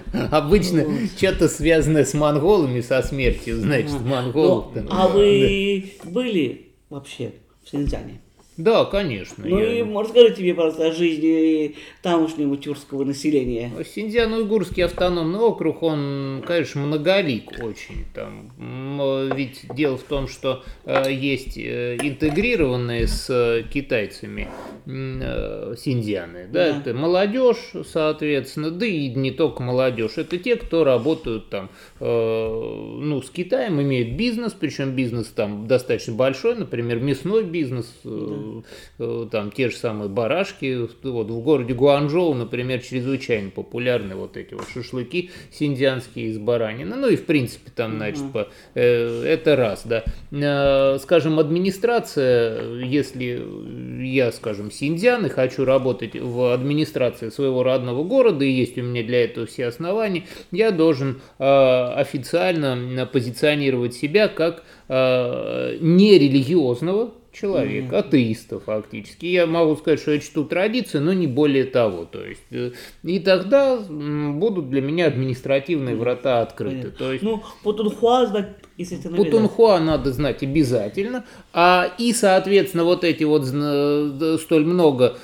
Обычно что-то связанное с монголами, со смертью, значит, монголов. Ну, там. а вы были вообще в Синьцзяне? Да, конечно. Ну я- и расскажите мне, пожалуйста, о жизни тамошнего тюркского населения. Синьцзян-Уйгурский автономный округ, он, конечно, многолик очень. Там, м, ведь дело в том, что э, есть э, интегрированные с э, китайцами м, э, синьцзяны. Да, Да. это молодежь, соответственно, да и не только молодежь. Это те, кто работают там, э, ну, с Китаем, имеют бизнес, причем бизнес там достаточно большой, например, мясной бизнес, э, э, там те же самые барашки. Вот в городе Гуанчжоу, например, чрезвычайно популярны вот эти вот шашлыки синьцзянские из баранины. Ну и в принципе там, значит, по- э, это раз, да. Э, скажем, администрация, если я, скажем, синьцзян и хочу работать в администрации своего родного города, и есть у меня для этого все основания, я должен э, официально позиционировать себя как э, нерелигиозного человека, атеиста фактически. Я могу сказать, что я чту традиции, но не более того. То есть, э, и тогда м, будут для меня административные врата открыты. Понятно. То есть, Ну, Путунхуа знать, естественно, обязательно. Путунхуа надо знать обязательно, а и, соответственно, вот эти вот зна- столь много,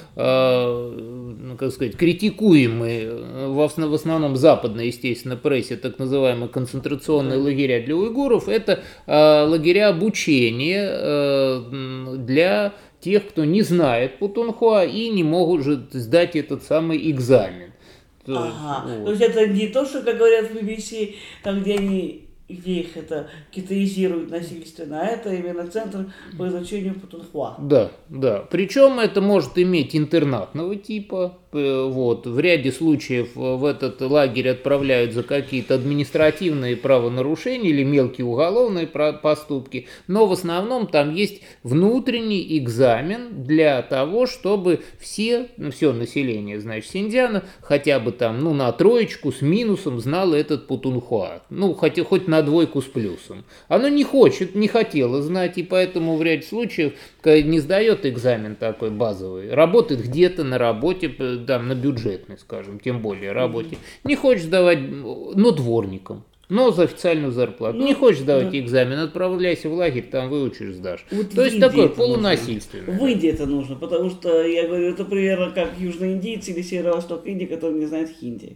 э, ну, как сказать, критикуемые э, в ос- в основном западной, естественно, прессе, так называемые концентрационные лагеря для уйгуров, это э, лагеря обучения э, м, для тех, кто не знает Путунхуа и не может сдать этот самый экзамен. То есть, Ага. вот. То есть это не то, что, как говорят в би би си, там, где они, где их это китаизируют насильственно, а это именно центр по изучению Путунхуа. Да, да. Причем это может иметь интернатного типа. э, Вот. В ряде случаев э, в этот лагерь отправляют за какие-то административные правонарушения или мелкие уголовные про- поступки. Но в основном там есть внутренний экзамен для того, чтобы все, ну, все население, значит, Синьцзяна хотя бы там, ну, на троечку с минусом знало этот Путунхуа. Ну, хотя хоть на двойку с плюсом. Оно не хочет, не хотело знать, и поэтому в ряде случаев когда не сдает экзамен такой базовый, работает где-то на работе, п- там, на бюджетной, скажем, тем более работе, не хочет сдавать, но дворником, но за официальную зарплату. Ну, не хочешь сдавать да. экзамен, отправляйся в лагерь, там выучишь, сдашь. Вот То в есть Индии такое это нужно. полунасильственное. В Индии это нужно, потому что, я говорю, это примерно как южноиндийцы или северо-восток Индии, которые не знают хинди.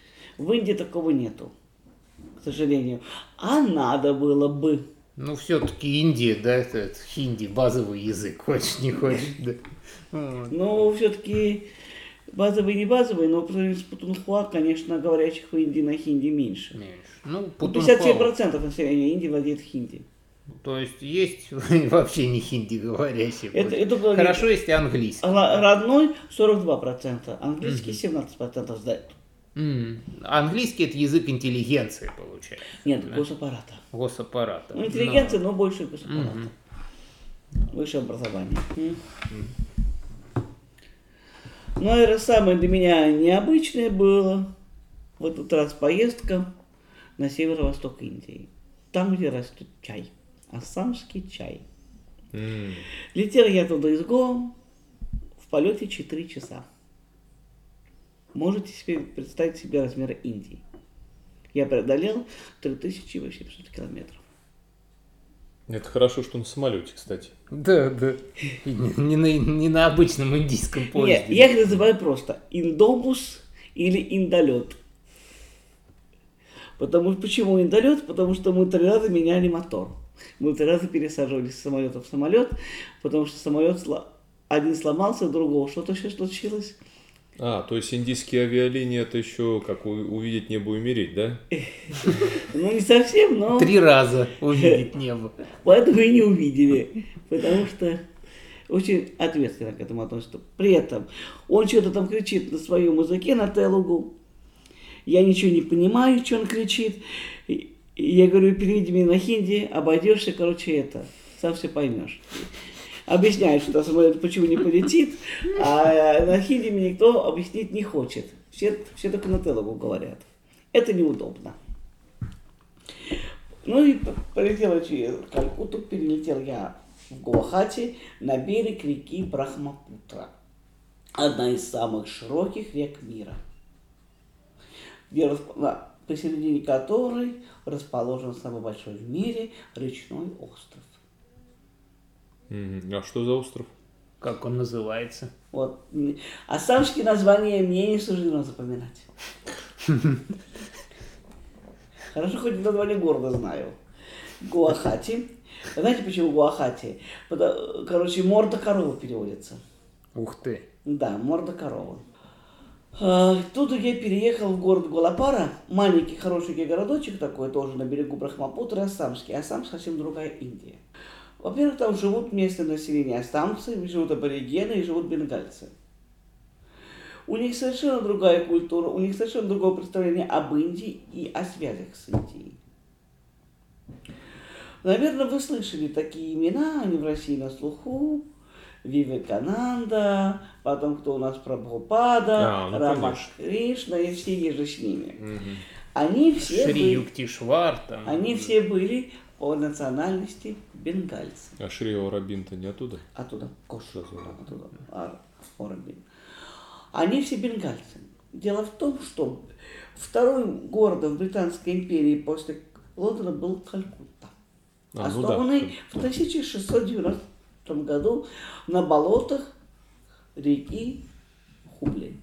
В Индии такого нету, к сожалению. А надо было бы. Ну, все-таки Индия, да, это, это хинди, базовый язык, хочешь, не хочешь, да. Вот. Но все-таки базовый не базовый, но по сравнению с Путунхуа, конечно, говорящих в Индии на хинди меньше. Меньше. Ну, пятьдесят семь Путунхуа. процентов населения Индии владеет хинди. То есть есть вообще не хинди говорящие. Это- будет. это было- Хорошо, если английский. А родной сорок два процента, английский семнадцать процентов сдает. М, Английский это язык интеллигенции, получается. Нет, да? госаппарата. Госаппарата. Ну, интеллигенция, но больше госаппарата. Мгм. Высшее образование. Ну, это самое для меня необычное было в этот раз поездка на северо-восток Индии. Там, где растет чай. Ассамский чай. М. Летел я туда из Гоа в полете четыре часа. Можете себе представить себе размеры Индии. Я преодолел три тысячи восемьсот километров. Это хорошо, что на самолете, кстати. Да, да. И Не, не на, не на обычном индийском Нет, поезде. я их называю просто индобус или индолет. Потому почему индолет? Потому что мы три раза меняли мотор. Мы три раза пересаживались с самолета в самолет, потому что самолет сло- один сломался, другого что-то еще случилось. А, то есть индийские авиалинии это еще как у- увидеть небо и умереть, да? Ну, не совсем, но Три раза увидеть небо. поэтому и не увидели. Потому что очень ответственно к этому относится. При этом он что-то там кричит на своем языке, на телугу. Я ничего не понимаю, что он кричит. И я говорю, переведи меня на хинди, обойдешься, короче, это, сам все поймешь. Объясняют, что самолет почему не полетит, а на хинди мне никто объяснить не хочет. Все, все только на телугу говорят. Это неудобно. Ну и п- полетела через Калькутту, перелетел я в Гуахати на берег реки Брахмапутра. Одна из самых широких рек мира, где расп- на- посередине которой расположен самый большой в мире речной остров. Мгм. А что за остров? Как он называется? Вот. М, Ассамские названия мне не суждено запоминать. Хорошо, хоть название города знаю. Гуахати. Знаете, почему Гуахати? Потому- Короче, морда коровы переводится. Ух ты. Да, морда коровы. А, Тут я переехал в город Гуалапара, маленький хорошенький городочек такой, тоже на берегу Брахмапутры, Ассамский. Ассам совсем другая Индия. Во-первых, там живут местное население ассамцы, живут аборигены и живут бенгальцы. У них совершенно другая культура, у них совершенно другое представление об Индии и о связях с Индией. Наверное, вы слышали такие имена, они в России на слуху. Вивекананда, потом кто у нас Прабхупада, А, ну, Рамаш Кришна и все еже с ними. Мгм. Они все, Шри были, Юктишвар там. они все были по национальности бенгальцы. А Шри Аурабинта не оттуда? Оттуда, Кош, Что за- оттуда, а, Орабин. Они все бенгальцы. Дело в том, что вторым городом Британской империи после Лондона был Калькутта, А, ну да. основанный в тысяча шестьсот девяностом году на болотах реки Хубли.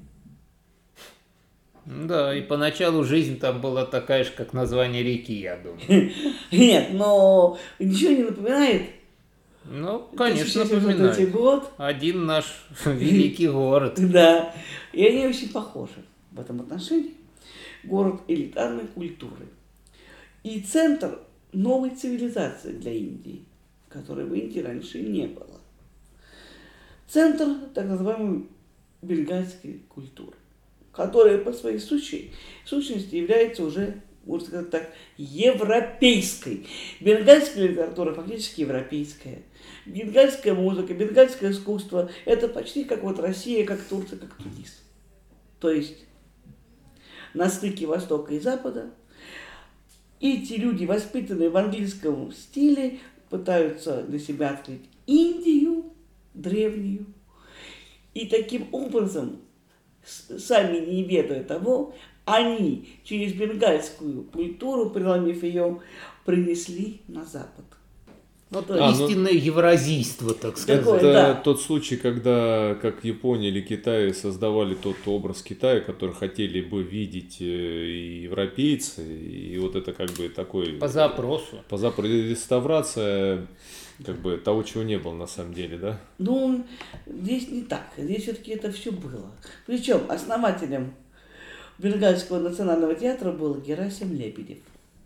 Да, и поначалу жизнь там была такая же, как название реки, я думаю. Нет, но ничего не напоминает. Ну, конечно, тысяча семьсот третий напоминает. год. Один наш великий город. Да. И они очень похожи в этом отношении. Город элитарной культуры. И центр новой цивилизации для Индии, которой в Индии раньше не было. Центр так называемой бенгальской культуры, которая по своей сущей, сущности является уже, можно сказать так, европейской. Бенгальская литература фактически европейская. Бенгальская музыка, бенгальское искусство – это почти как вот Россия, как Турция, как Тунис. То есть на стыке Востока и Запада эти люди, воспитанные в английском стиле, пытаются для себя открыть Индию древнюю. И таким образом, с- сами не ведая того, они через бенгальскую культуру, преломив ее, принесли на Запад. Вот То А, есть, ну- истинное евразийство, так сказать. Такое, Это да. тот случай, когда как Япония или Китай создавали тот образ Китая, который хотели бы видеть э, и европейцы, и вот это как бы такой... По запросу. По запросу реставрация как бы того, чего не было на самом деле, да? ну, здесь не так. Здесь все-таки это все было. Причем основателем Бенгальского национального театра был Герасим Лебедев.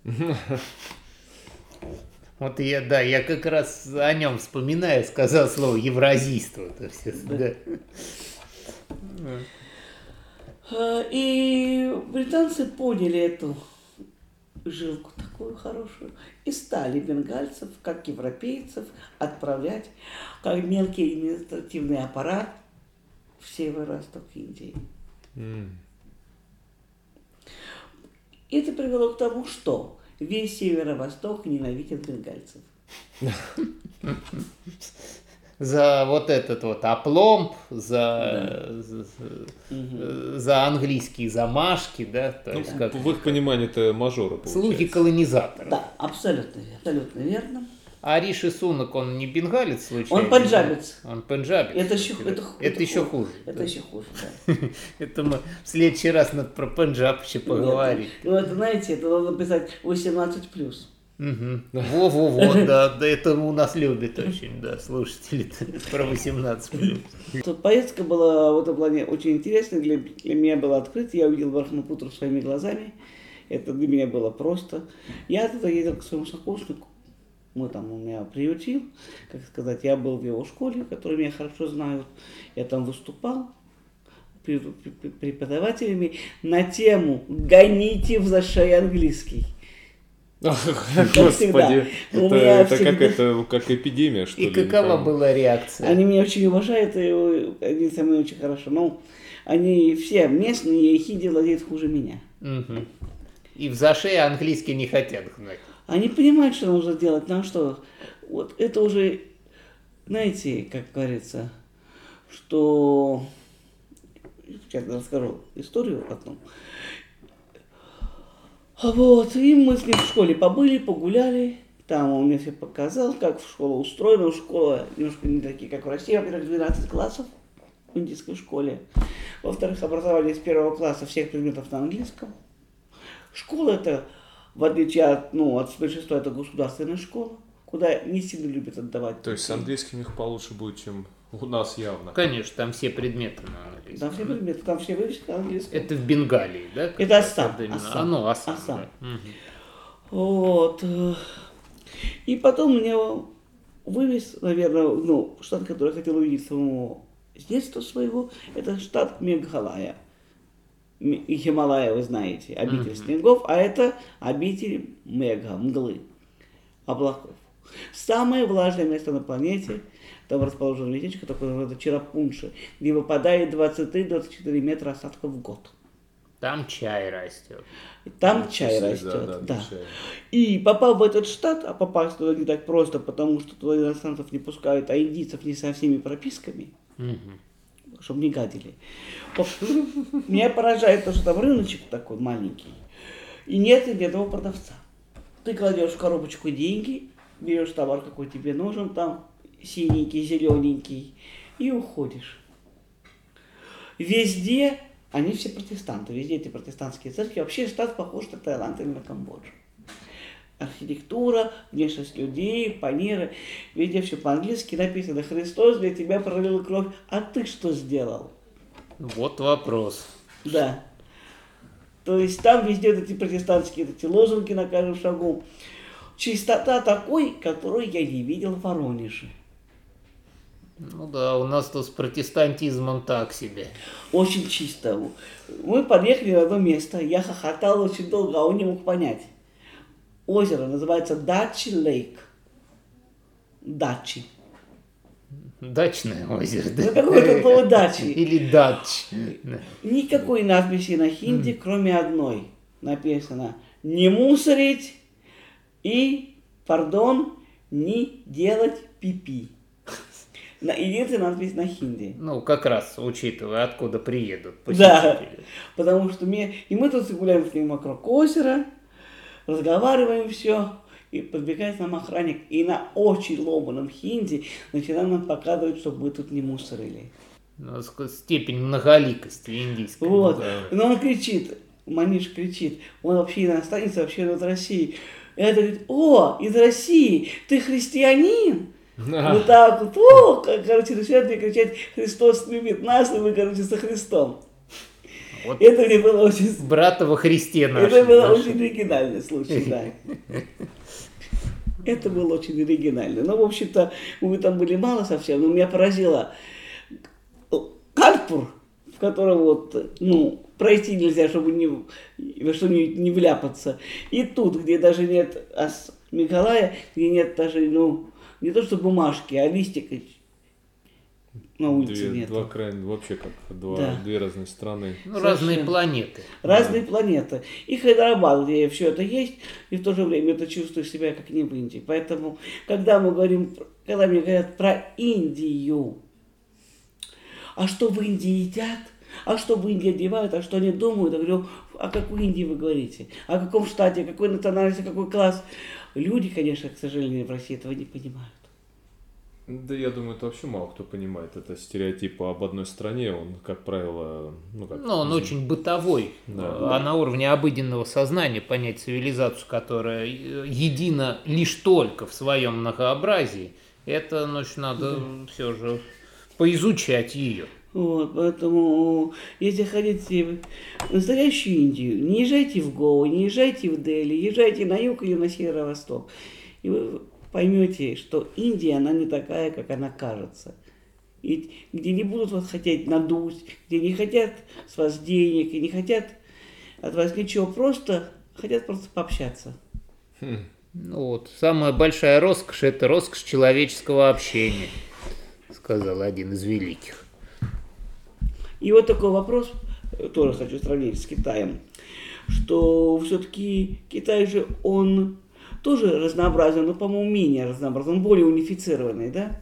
Вот я, да, я как раз о нем вспоминаю, сказал слово евразийство. То есть, да. А, И британцы поняли эту жилку такую хорошую. И стали бенгальцев, как европейцев, отправлять как мелкий административный аппарат в северо-восток Индии. Mm. Это привело к тому, что весь северо-восток ненавидит бенгальцев. За вот этот вот опломб, за, да. за, угу. за английские замашки, да? То ну, есть как, в их понимании это мажоры, получается. Слуги колонизаторов. Да, абсолютно верно. Абсолютно верно. А Риши Сунак, он не бенгалец случайно? Он пенджабец. Он пенджабец. Это, еще, это, это, это, это еще хуже. Это да. еще хуже, да. Это мы в следующий раз надо про Пенджаб еще поговорить. Ну, это, знаете, это надо писать восемнадцать плюс. Во-во-во, да, да, это у нас любят очень, да, слушатели про восемнадцать плюс. Поездка была в этом плане очень интересной, для, для меня было открыто, я увидел Брахмапутру своими глазами, это для меня было просто. Я туда ездил к своему сокурснику, мы там, он меня приютил, как сказать, я был в его школе, которую меня хорошо знают, я там выступал преподавателями на тему «Гоните в зашей английский». Господи, это, это всегда... как, это, как эпидемия, что и ли? И какова там... была реакция? Они меня очень уважают, и они со мной очень хорошо. Но они все местные, и хинди владеют хуже меня. Угу. И в зашей английский не хотят знать. Они понимают, что нужно делать. Нам что, вот это уже, знаете, как говорится, что... Сейчас расскажу историю одну. Вот, и мы с ним в школе побыли, погуляли, там он мне все показал, как школа устроена, школа немножко не такие, как в России, во-первых, двенадцать классов в индийской школе, во-вторых, образование с первого класса всех предметов на английском. Школа это, в отличие от, ну, от большинства, это государственная школа, куда не сильно любят отдавать. То есть с английским их получше будет, чем у нас явно. Конечно, там все предметы на английском. Там все предметы, там все вывески на английском. Это в Бенгалии, да? Это Ассам. Ассам. А, ну, Ассам. Ассам. Да. Угу. Вот. И потом меня вывез, наверное, ну, штат, который я хотел увидеть самого с детства своего, это штат Мегхалая. И Хималая, вы знаете, обитель uh-huh. снегов, а это обитель Мегха, мглы, облаков. Самое влажное место на планете, там расположено местечко такое, это Черапунши, где выпадает двадцать три - двадцать четыре метра осадков в год. Там чай растет. Там ну, чай часы, растет, да. да. да. И попав в этот штат, а попасть туда не так просто, потому что туда иностранцев не пускают, а индийцев не со всеми прописками, угу. чтобы не гадили. Меня поражает то, что там рыночек такой маленький, и нет ни одного продавца. Ты кладешь в коробочку деньги, берешь товар, какой тебе нужен, там синенький, зелененький, и уходишь. Везде они все протестанты, везде эти протестантские церкви. Вообще штат похож на Таиланд или на Камбоджу. Архитектура, внешность людей, панеры, везде все по-английски написано: Христос для тебя пролил кровь, а ты что сделал? Вот вопрос. Да. То есть там везде эти протестантские эти лозунги на каждом шагу. Чистота такой, которую я не видел в Воронеже. Ну да, у нас тут с протестантизмом так себе. Очень чисто. Мы подъехали в одно место, я хохотал очень долго, а он не мог понять. Озеро называется Дачи Лейк. Дачи. Дачное озеро, да? Ну какое-то слово Дачи. Или Дач. Никакой надписи на хинди, mm. кроме одной. Написано: не мусорить и, пардон, не делать пипи. Единственная надпись на хинди. Ну, как раз, учитывая, откуда приедут. Да, потому что мне... И мы тут гуляем с ним вокруг озера, разговариваем все, и подбегает нам охранник, и на очень ломаном хинди начинает нам показывать, чтобы мы тут не мусорили. Ну, степень многоликости индийской. Вот, но он кричит, Маниш кричит, он вообще иностранец, вообще из России. И это говорит: о, из России, ты христианин? А. Вот так вот, о, короче, начинают мне кричать: Христос любит нас, и мы, короче, со Христом. Вот это мне было очень... Брата во Христе наши. Это был очень оригинальный случай, да. Это был очень оригинальный. Ну, в общем-то, мы там были мало совсем, но меня поразило Канпур, в котором вот, ну, пройти нельзя, чтобы не, во что-нибудь не вляпаться. И тут, где даже нет ас Миколая, где нет даже, ну, не то что бумажки, а листика на улице Две, нет. Два крайне, вообще как два, Да. две разные страны. Ну, разные планеты. Разные планеты. И Хайдарабад, где все это есть, и в то же время ты чувствуешь себя как не в Индии. Поэтому, когда мы говорим, когда мне говорят про Индию, а что в Индии едят, а что в Индии одевают, а что они думают, я говорю, о какой Индии вы говорите, о каком штате, какой национальности, какой класс. Люди, конечно, к сожалению, в России этого не понимают. Да, я думаю, это вообще мало кто понимает. Это стереотип об одной стране, он, как правило, ну как... Ну, он очень бытовой, Да. а на уровне обыденного сознания понять цивилизацию, которая едина лишь только в своем многообразии, это, значит, надо все же поизучать ее. Вот, поэтому, если хотите в настоящую Индию, не езжайте в Гоу, не езжайте в Дели, езжайте на юг или на северо-восток. И вы поймете, что Индия, она не такая, как она кажется. И где не будут вас хотеть надуть, где не хотят с вас денег и не хотят от вас ничего, просто хотят просто пообщаться. Хм. Ну вот, самая большая роскошь – это роскошь человеческого общения, сказал один из великих. И вот такой вопрос, тоже хочу сравнить с Китаем, что все-таки Китай же, он тоже разнообразен, но, по-моему, менее разнообразен, он более унифицированный, да?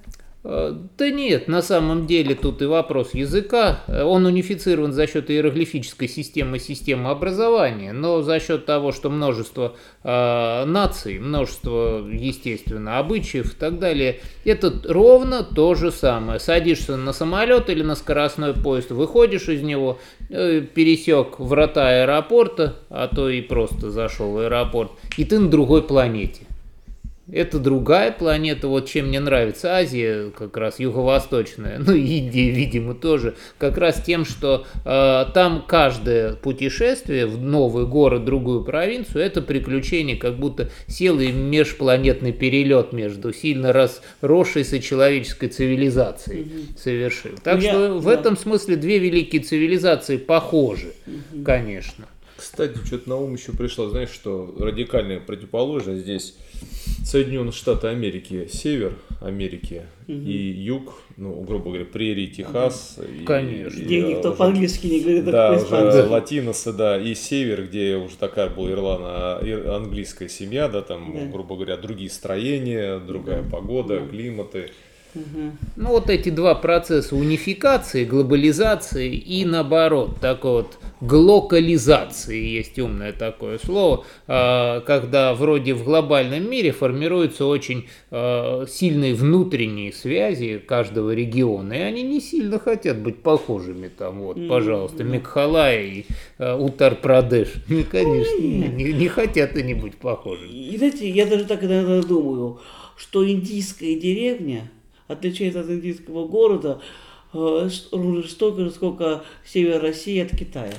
Да нет, на самом деле тут и вопрос языка. Он унифицирован за счет иероглифической системы, системы образования, но за счет того, что множество э, наций, множество, естественно, обычаев и так далее, это ровно то же самое. Садишься на самолет или на скоростной поезд, выходишь из него, э, пересек врата аэропорта, а то и просто зашел в аэропорт, и ты на другой планете. Это другая планета, вот чем мне нравится Азия, как раз юго-восточная, ну и Индия, видимо, тоже, как раз тем, что э, там каждое путешествие в новый город, другую провинцию, это приключение, как будто сел и межпланетный перелет между сильно разросшейся человеческой цивилизацией mm-hmm. совершил. Так ну, что я, в да. этом смысле две великие цивилизации похожи, mm-hmm. конечно. Кстати, что-то на ум еще пришло, знаешь, что радикальное противоположие здесь Соединенные Штаты Америки, север Америки угу. и юг, ну, грубо говоря, прерии, Техас. Угу. И, Конечно. И, где никто уже, по-английски не говорит, да, уже латиносы, да, и север, где уже такая была ирландо- английская семья, да, там, да. грубо говоря, другие строения, другая да. погода, да. климаты. Угу. Ну вот эти два процесса унификации, глобализации и наоборот, такой вот глокализации, есть умное такое слово, когда вроде в глобальном мире формируются очень сильные внутренние связи каждого региона, и они не сильно хотят быть похожими там, вот, пожалуйста, Мегхалая и Уттар-Прадеш, ну, конечно, не, не хотят они быть похожими. И знаете, я даже так иногда думаю, что индийская деревня отличается от индийского города э, столько же, сколько север России от Китая.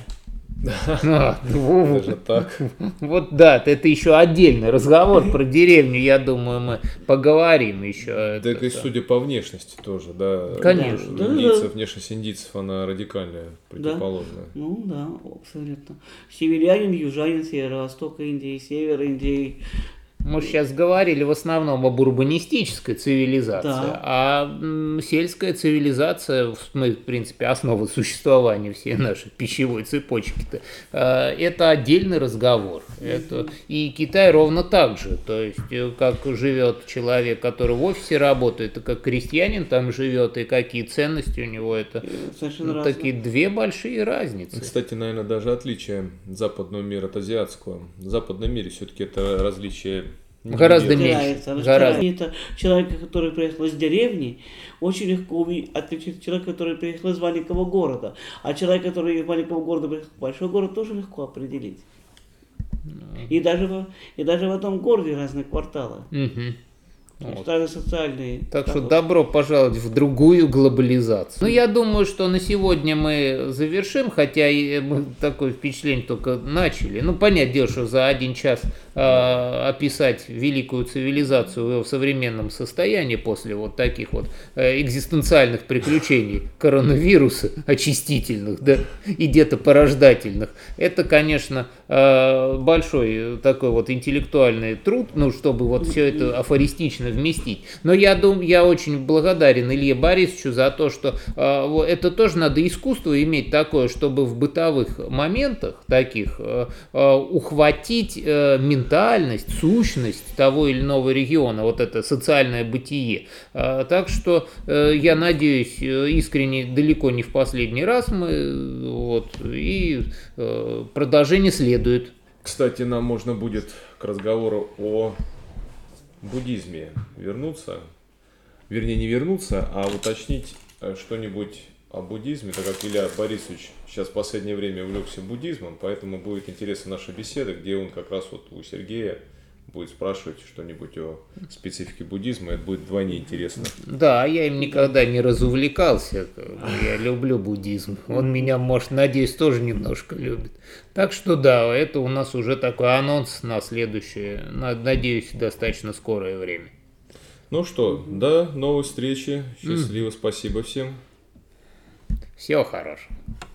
А, ну, даже так. Вот да, это еще отдельный разговор про деревню, я думаю, мы поговорим еще. Так и судя по внешности тоже, да. Конечно. Да, индийцев, да. Внешность индийцев, она радикальная, противоположная. Да. Ну да, абсолютно. Северянин, южанин, северо-восток Индии, север Индии. Мы сейчас говорили в основном об урбанистической цивилизации, да. а м, сельская цивилизация, ну, в принципе, основа существования всей нашей пищевой цепочки-то, э, это отдельный разговор. Это, и Китай ровно так же, то есть как живет человек, который в офисе работает, и как крестьянин там живет, и какие ценности у него, это ну, такие две большие разницы. Кстати, наверное, даже отличие западного мира от азиатского. В западном мире все-таки это различие гораздо меньше. Гораздо. Это человек, который приехал из деревни, очень легко отличить человека, который приехал из маленького города. А человек, который из маленького города приехал в большой город, тоже легко определить. И даже, в, и даже в одном городе разные кварталы. Угу. Вот. Старые социальные. Так что статус. добро пожаловать в другую глобализацию. Ну, я думаю, что на сегодня мы завершим, хотя и мы такое впечатление только начали. Ну, понятное дело, что за один час э, описать великую цивилизацию в ее современном состоянии после вот таких вот э, экзистенциальных приключений коронавируса, очистительных, да, и детопорождательных, это, конечно, э, большой такой вот интеллектуальный труд, ну, чтобы вот все это афористично вместить. Но я думаю, я очень благодарен Илье Борисовичу за то, что э, это тоже надо искусство иметь такое, чтобы в бытовых моментах таких э, э, ухватить э, ментальность, сущность того или иного региона, вот это социальное бытие. Э, так что э, я надеюсь, э, искренне далеко не в последний раз мы, вот, и э, продолжение следует. Кстати, нам можно будет к разговору о буддизме вернуться, вернее не вернуться, а уточнить что-нибудь о буддизме, так как Илья Борисович сейчас в последнее время увлекся буддизмом, поэтому будет интересна наша беседа, где он как раз вот у Сергея будет спрашивать что-нибудь о специфике буддизма, это будет вдвойне интересно. Да, я им никогда не разувлекался, я люблю буддизм, он меня, может, надеюсь, тоже немножко любит. Так что да, это у нас уже такой анонс на следующее, надеюсь, достаточно скорое время. Ну что, до новой встречи, счастливо, спасибо всем. Всего хорошего.